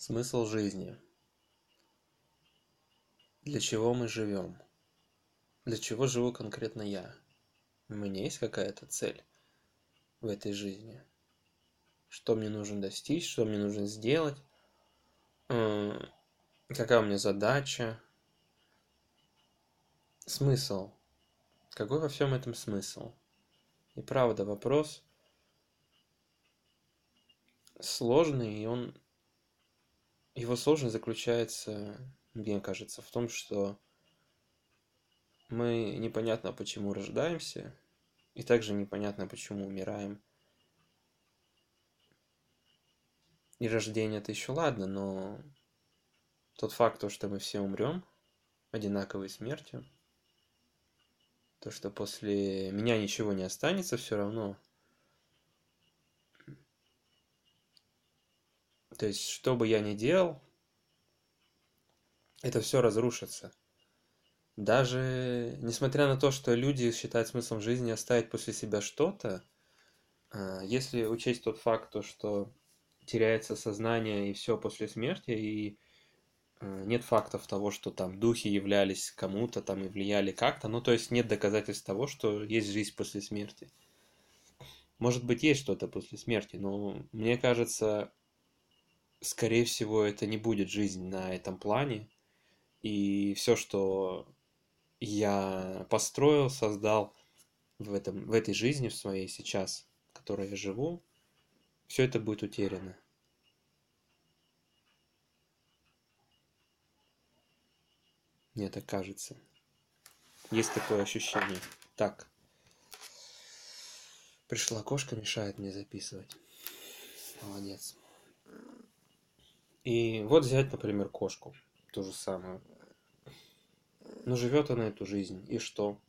Смысл жизни. Для чего мы живем? Для чего живу конкретно я? У меня есть какая-то цель в этой жизни? Что мне нужно достичь? Что мне нужно сделать? Какая у меня задача? Смысл. Какой во всем этом смысл? И правда, вопрос сложный, и его сложность заключается, мне кажется, в том, что мы непонятно почему рождаемся, и также непонятно почему умираем. И рождение это еще ладно, но тот факт, что мы все умрем одинаковой смертью, то, что после меня ничего не останется все равно. То есть, что бы я ни делал, это все разрушится. Даже несмотря на то, что люди считают смыслом жизни оставить после себя что-то, если учесть тот факт, что теряется сознание и все после смерти, и нет фактов того, что там духи являлись кому-то там и влияли как-то, ну то есть нет доказательств того, что есть жизнь после смерти. Может быть, есть что-то после смерти, но мне кажется, скорее всего, это не будет жизнь на этом плане, и все, что я построил, создал в этой жизни, в своей сейчас, в которой я живу, все это будет утеряно. Мне так кажется. Есть такое ощущение. Так, пришла кошка, мешает мне записывать. Молодец. И вот взять, например, кошку. Ту же самую. Но живет она эту жизнь. И что?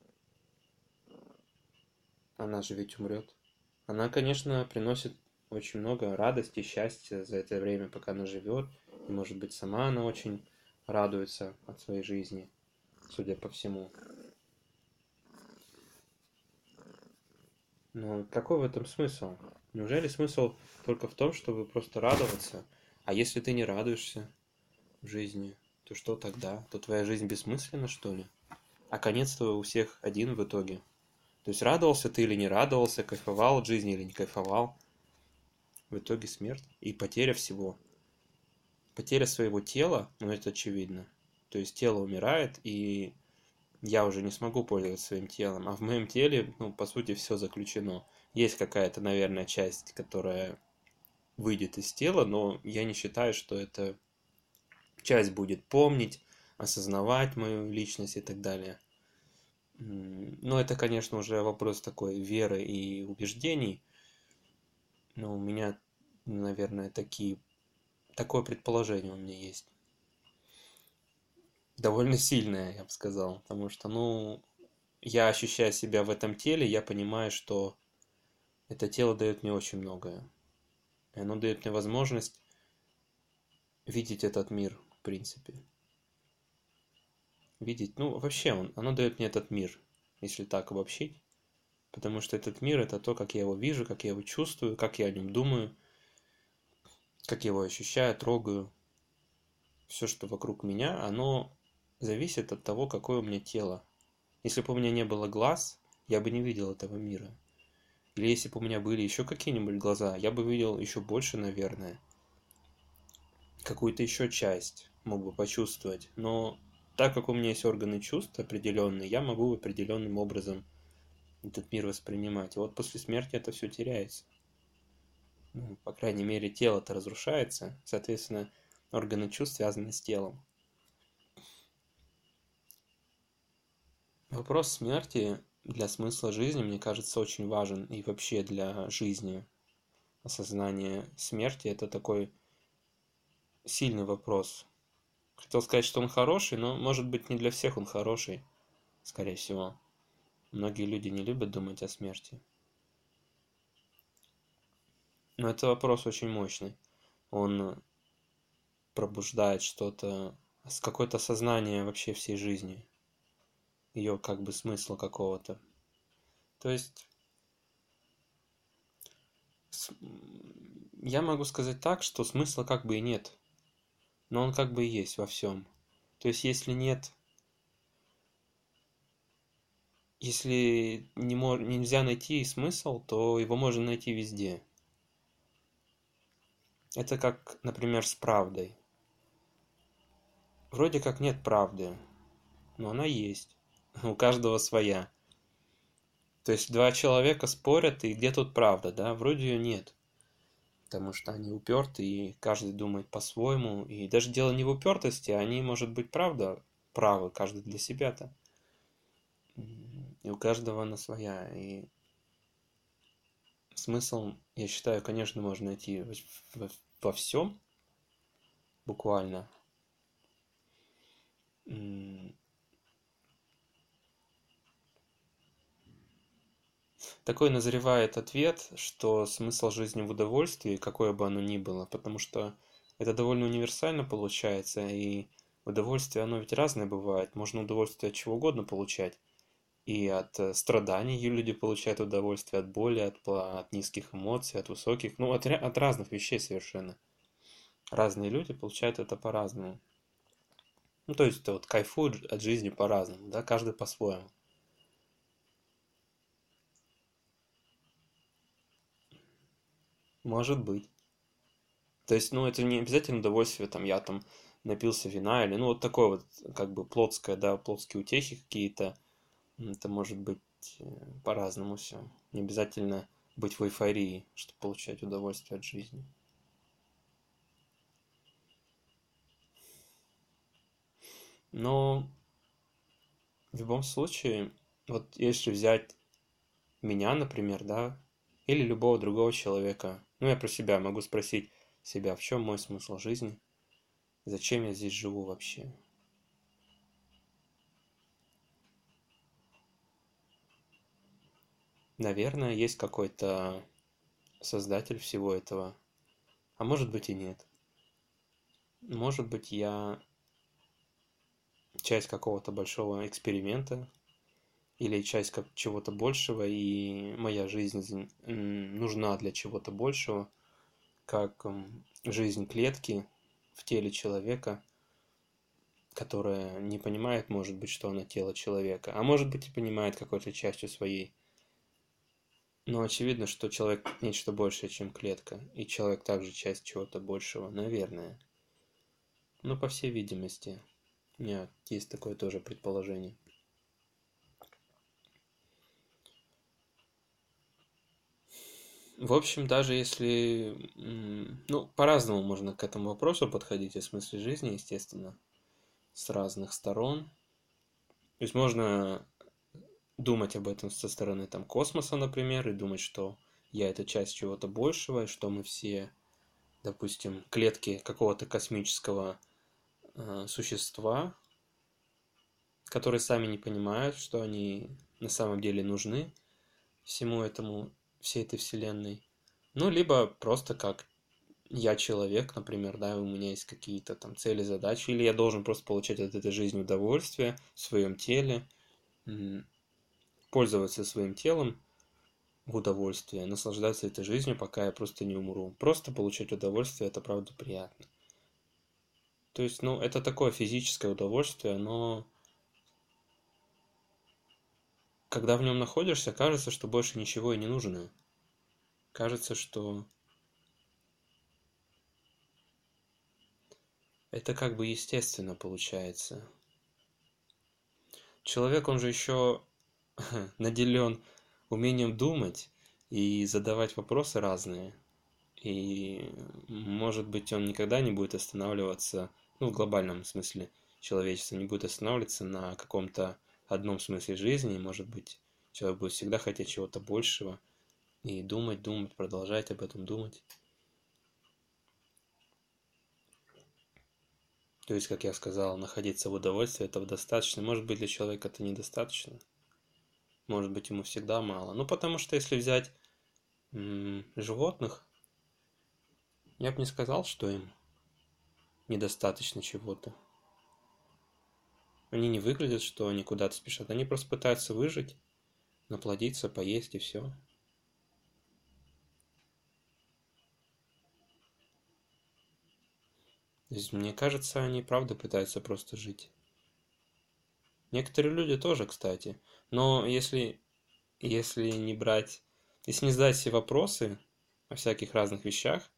Она же ведь умрет. Она, конечно, приносит очень много радости, счастья за это время, пока она живет. И, может быть, сама она очень радуется от своей жизни, судя по всему. Но какой в этом смысл? Неужели смысл только в том, чтобы просто радоваться? А если ты не радуешься в жизни, то что тогда? То твоя жизнь бессмысленна, что ли? А конец твой у всех один в итоге. То есть радовался ты или не радовался, кайфовал от жизни или не кайфовал. В итоге смерть и потеря всего. Потеря своего тела, ну это очевидно. То есть тело умирает, и я уже не смогу пользоваться своим телом. А в моем теле, ну, по сути, все заключено. Есть какая-то, наверное, часть, которая выйдет из тела, но я не считаю, что эта часть будет помнить, осознавать мою личность и так далее. Но это, конечно, уже вопрос такой веры и убеждений. Но у меня, наверное, такое предположение у меня есть. Довольно сильное, я бы сказал. Потому что, ну, я ощущаю себя в этом теле, я понимаю, что это тело дает мне очень многое. И оно дает мне возможность видеть этот мир, в принципе. Видеть, ну, вообще, оно дает мне этот мир, если так обобщить. Потому что этот мир – это то, как я его вижу, как я его чувствую, как я о нем думаю, как я его ощущаю, трогаю. Все, что вокруг меня, оно зависит от того, какое у меня тело. Если бы у меня не было глаз, я бы не видел этого мира. Или если бы у меня были еще какие-нибудь глаза, я бы видел еще больше, наверное. Какую-то еще часть мог бы почувствовать. Но так как у меня есть органы чувств определенные, я могу определенным образом этот мир воспринимать. И вот после смерти это все теряется. Ну, по крайней мере, тело-то разрушается, соответственно, органы чувств связаны с телом. Вопрос смерти для смысла жизни, мне кажется, очень важен и вообще для жизни. Осознание смерти – это такой сильный вопрос. Хотел сказать, что он хороший, но, может быть, не для всех он хороший, скорее всего. Многие люди не любят думать о смерти. Но это вопрос очень мощный. Он пробуждает что-то, какое-то сознание вообще всей жизни, ее как бы смысла какого-то. То есть я могу сказать так, что смысла как бы и нет. но он как бы и есть во всем. То есть, если нельзя найти смысл, то его можно найти везде. Это как, например, с правдой. Вроде как нет правды, но она есть. У каждого своя. То есть два человека спорят, и где тут правда, да? Вроде ее нет. Потому что они уперты, и каждый думает по-своему. И даже дело не в упертости, они, может быть, правда правы, каждый для себя-то. И у каждого она своя. И смысл, я считаю, конечно, можно найти во всем, буквально. Такой назревает ответ, что смысл жизни в удовольствии, какое бы оно ни было, потому что это довольно универсально получается, и удовольствие, оно ведь разное бывает. Можно удовольствие от чего угодно получать. И от страданий люди получают удовольствие, от боли, от низких эмоций, от высоких, ну, от разных вещей совершенно. Разные люди получают это по-разному. Ну, то есть, вот кайфуют от жизни по-разному, да, каждый по-своему. Может быть. То есть, ну, это не обязательно удовольствие, там, я там напился вина или, ну, вот такое вот, как бы, плотское, да, плотские утехи какие-то. Это может быть э, по-разному все. Не обязательно быть в эйфории, чтобы получать удовольствие от жизни. Но в любом случае, вот если взять меня, например, да, или любого другого человека, ну, я про себя могу спросить себя, в чем мой смысл жизни, зачем я здесь живу вообще. Наверное, есть какой-то создатель всего этого, а может быть и нет. Может быть, я часть какого-то большого эксперимента или часть как чего-то большего, и моя жизнь нужна для чего-то большего, как жизнь клетки в теле человека, которая не понимает, может быть, что она тело человека, а может быть и понимает какой-то частью своей. Но очевидно, что человек нечто большее, чем клетка, и человек также часть чего-то большего, наверное. Ну, по всей видимости. У меня есть такое тоже предположение. В общем, даже если... Ну, по-разному можно к этому вопросу подходить, о смысле жизни, естественно, с разных сторон. То есть можно думать об этом со стороны там космоса, например, и думать, что я это часть чего-то большего, и что мы все, допустим, клетки какого-то космического существа, которые сами не понимают, что они на самом деле нужны всему этому, всей этой вселенной. Ну, либо просто как я человек, например, да, у меня есть какие-то там цели, задачи, или я должен просто получать от этой жизни удовольствие в своем теле, пользоваться своим телом в удовольствие, наслаждаться этой жизнью, пока я просто не умру. Просто получать удовольствие, это правда приятно. То есть, ну, это такое физическое удовольствие, но когда в нем находишься, кажется, что больше ничего и не нужно. Кажется, что это как бы естественно получается. Человек, он же еще наделен умением думать и задавать вопросы разные. И, может быть, он никогда не будет останавливаться, ну, в глобальном смысле человечество не будет останавливаться на каком-то одном смысле жизни. Может быть, человек будет всегда хотеть чего-то большего и думать, думать, продолжать об этом думать. То есть, как я сказал, находиться в удовольствии этого достаточно. Может быть, для человека это недостаточно. Может быть, ему всегда мало. Ну, потому что если взять животных, я бы не сказал, что им недостаточно чего-то. Они не выглядят, что они куда-то спешат. Они просто пытаются выжить, наплодиться, поесть и все. То есть, мне кажется, они правда пытаются просто жить. Некоторые люди тоже, кстати. Но если не брать, если не задать себе вопросы о всяких разных вещах,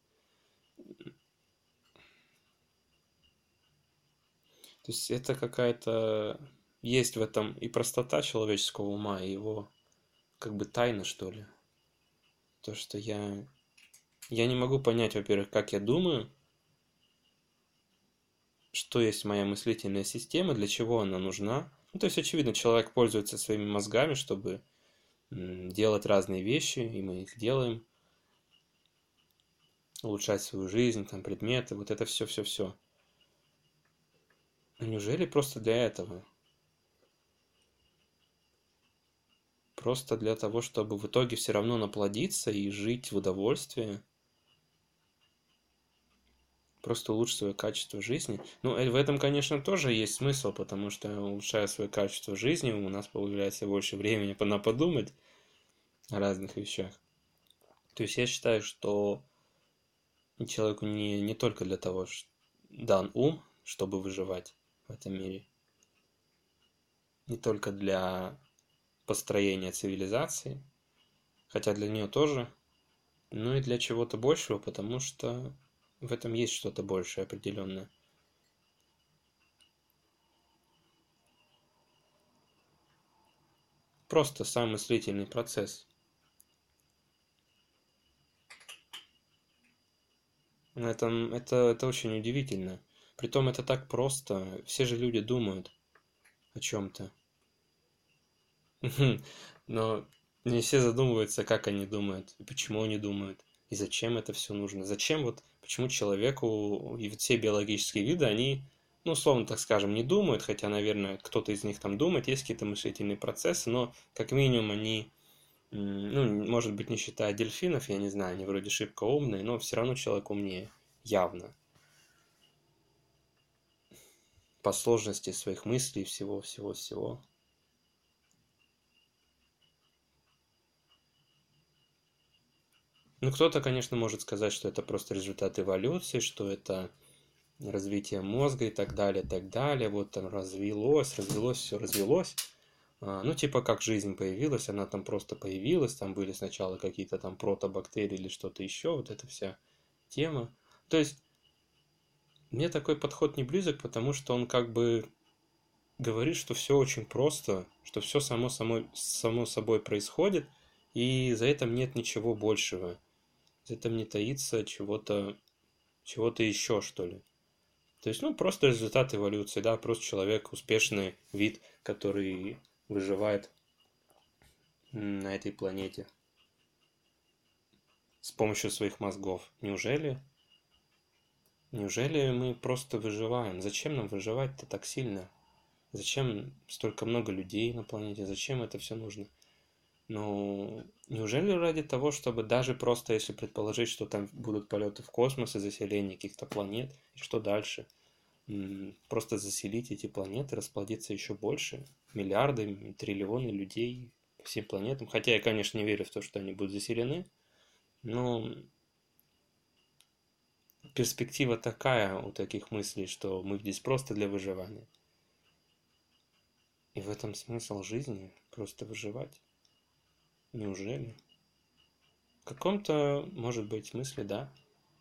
то есть это какая-то... Есть в этом и простота человеческого ума, и его как бы тайна, что ли. То, что я не могу понять, во-первых, как я думаю, что есть моя мыслительная система, для чего она нужна. Ну, то есть, очевидно, человек пользуется своими мозгами, чтобы делать разные вещи, и мы их делаем, улучшать свою жизнь, там, предметы, вот это все-все-все. Но неужели просто для этого? Просто для того, чтобы в итоге все равно наплодиться и жить в удовольствии? Просто улучшить свое качество жизни. Ну, в этом, конечно, тоже есть смысл, потому что, улучшая свое качество жизни, у нас появляется больше времени на подумать о разных вещах. То есть я считаю, что человеку не только для того дан ум, чтобы выживать в этом мире, не только для построения цивилизации, хотя для нее тоже, но и для чего-то большего, потому что в этом есть что-то большее определенное. Просто сам мыслительный процесс. Это очень удивительно. Притом это так просто. Все же люди думают о чем-то. Но не все задумываются, как они думают, и почему они думают, и зачем это все нужно. Зачем вот, почему человеку и вот все биологические виды, они, ну, условно так скажем, не думают, хотя, наверное, кто-то из них там думает, есть какие-то мыслительные процессы, но как минимум они, ну, может быть, не считая дельфинов, я не знаю, они вроде шибко умные, но все равно человек умнее, явно, по сложности своих мыслей, всего-всего-всего. Ну, кто-то, конечно, может сказать, что это просто результат эволюции, что это развитие мозга и так далее, так далее. Вот там развелось, все развелось. Ну, типа как жизнь появилась, она там просто появилась, там были сначала какие-то там протобактерии или что-то еще, вот эта вся тема. То есть мне такой подход не близок, потому что он как бы говорит, что все очень просто, что все само собой происходит, и за этим нет ничего большего. За этим не таится чего-то еще, что ли. То есть, ну, просто результат эволюции, да, просто человек успешный вид, который выживает на этой планете с помощью своих мозгов. Неужели мы просто выживаем? Зачем нам выживать-то так сильно? Зачем столько много людей на планете? Зачем это все нужно? Ну, неужели ради того, чтобы даже просто, если предположить, что там будут полеты в космос и заселение каких-то планет, и что дальше? Просто заселить эти планеты, расплодиться еще больше, миллиарды, триллионы людей по всем планетам. Хотя я, конечно, не верю в то, что они будут заселены, но перспектива такая у таких мыслей, что мы здесь просто для выживания. И в этом смысл жизни, просто выживать. Неужели? В каком-то, может быть, смысле, да.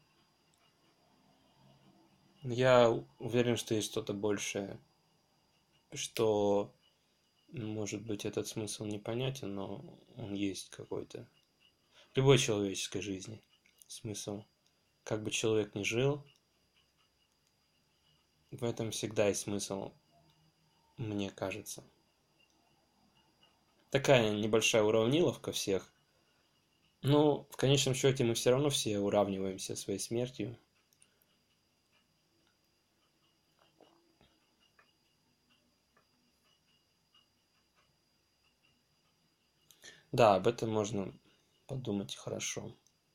Я уверен, что есть что-то большее, что, может быть, этот смысл непонятен, но он есть какой-то. В любой человеческой жизни смысл. Как бы человек ни жил, в этом всегда есть смысл, мне кажется. Такая небольшая уравниловка всех. Но в конечном счете мы все равно все уравниваемся своей смертью. Да, об этом можно подумать хорошо.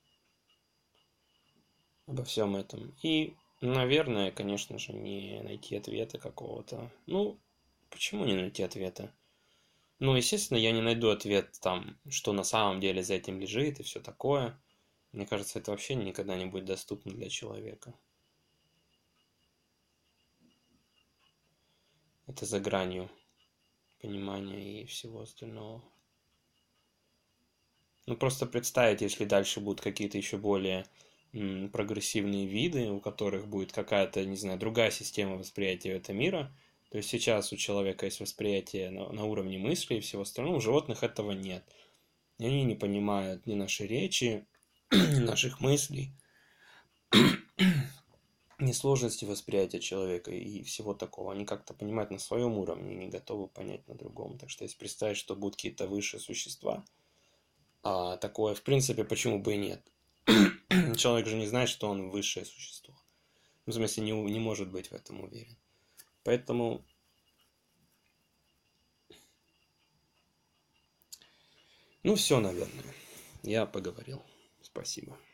Обо всем этом. И, наверное, конечно же, не найти ответа какого-то. Ну, почему не найти ответа? Ну, естественно, я не найду ответ там, что на самом деле за этим лежит и все такое. Мне кажется, это вообще никогда не будет доступно для человека. это за гранью понимания и всего остального. Ну, просто представить, если дальше будут какие-то еще более прогрессивные виды, у которых будет какая-то, не знаю, другая система восприятия этого мира. То есть сейчас у человека есть восприятие на уровне мысли и всего остального, у животных этого нет. И они не понимают ни нашей речи, ни наших мыслей, ни сложности восприятия человека и всего такого. Они как-то понимают на своем уровне и не готовы понять на другом. Так что если представить, что будут какие-то высшие существа, а такое, в принципе, почему бы и нет? Человек же не знает, что он высшее существо. В смысле, не может быть в этом уверен. Поэтому, ну, все, наверное. Я поговорил. Спасибо.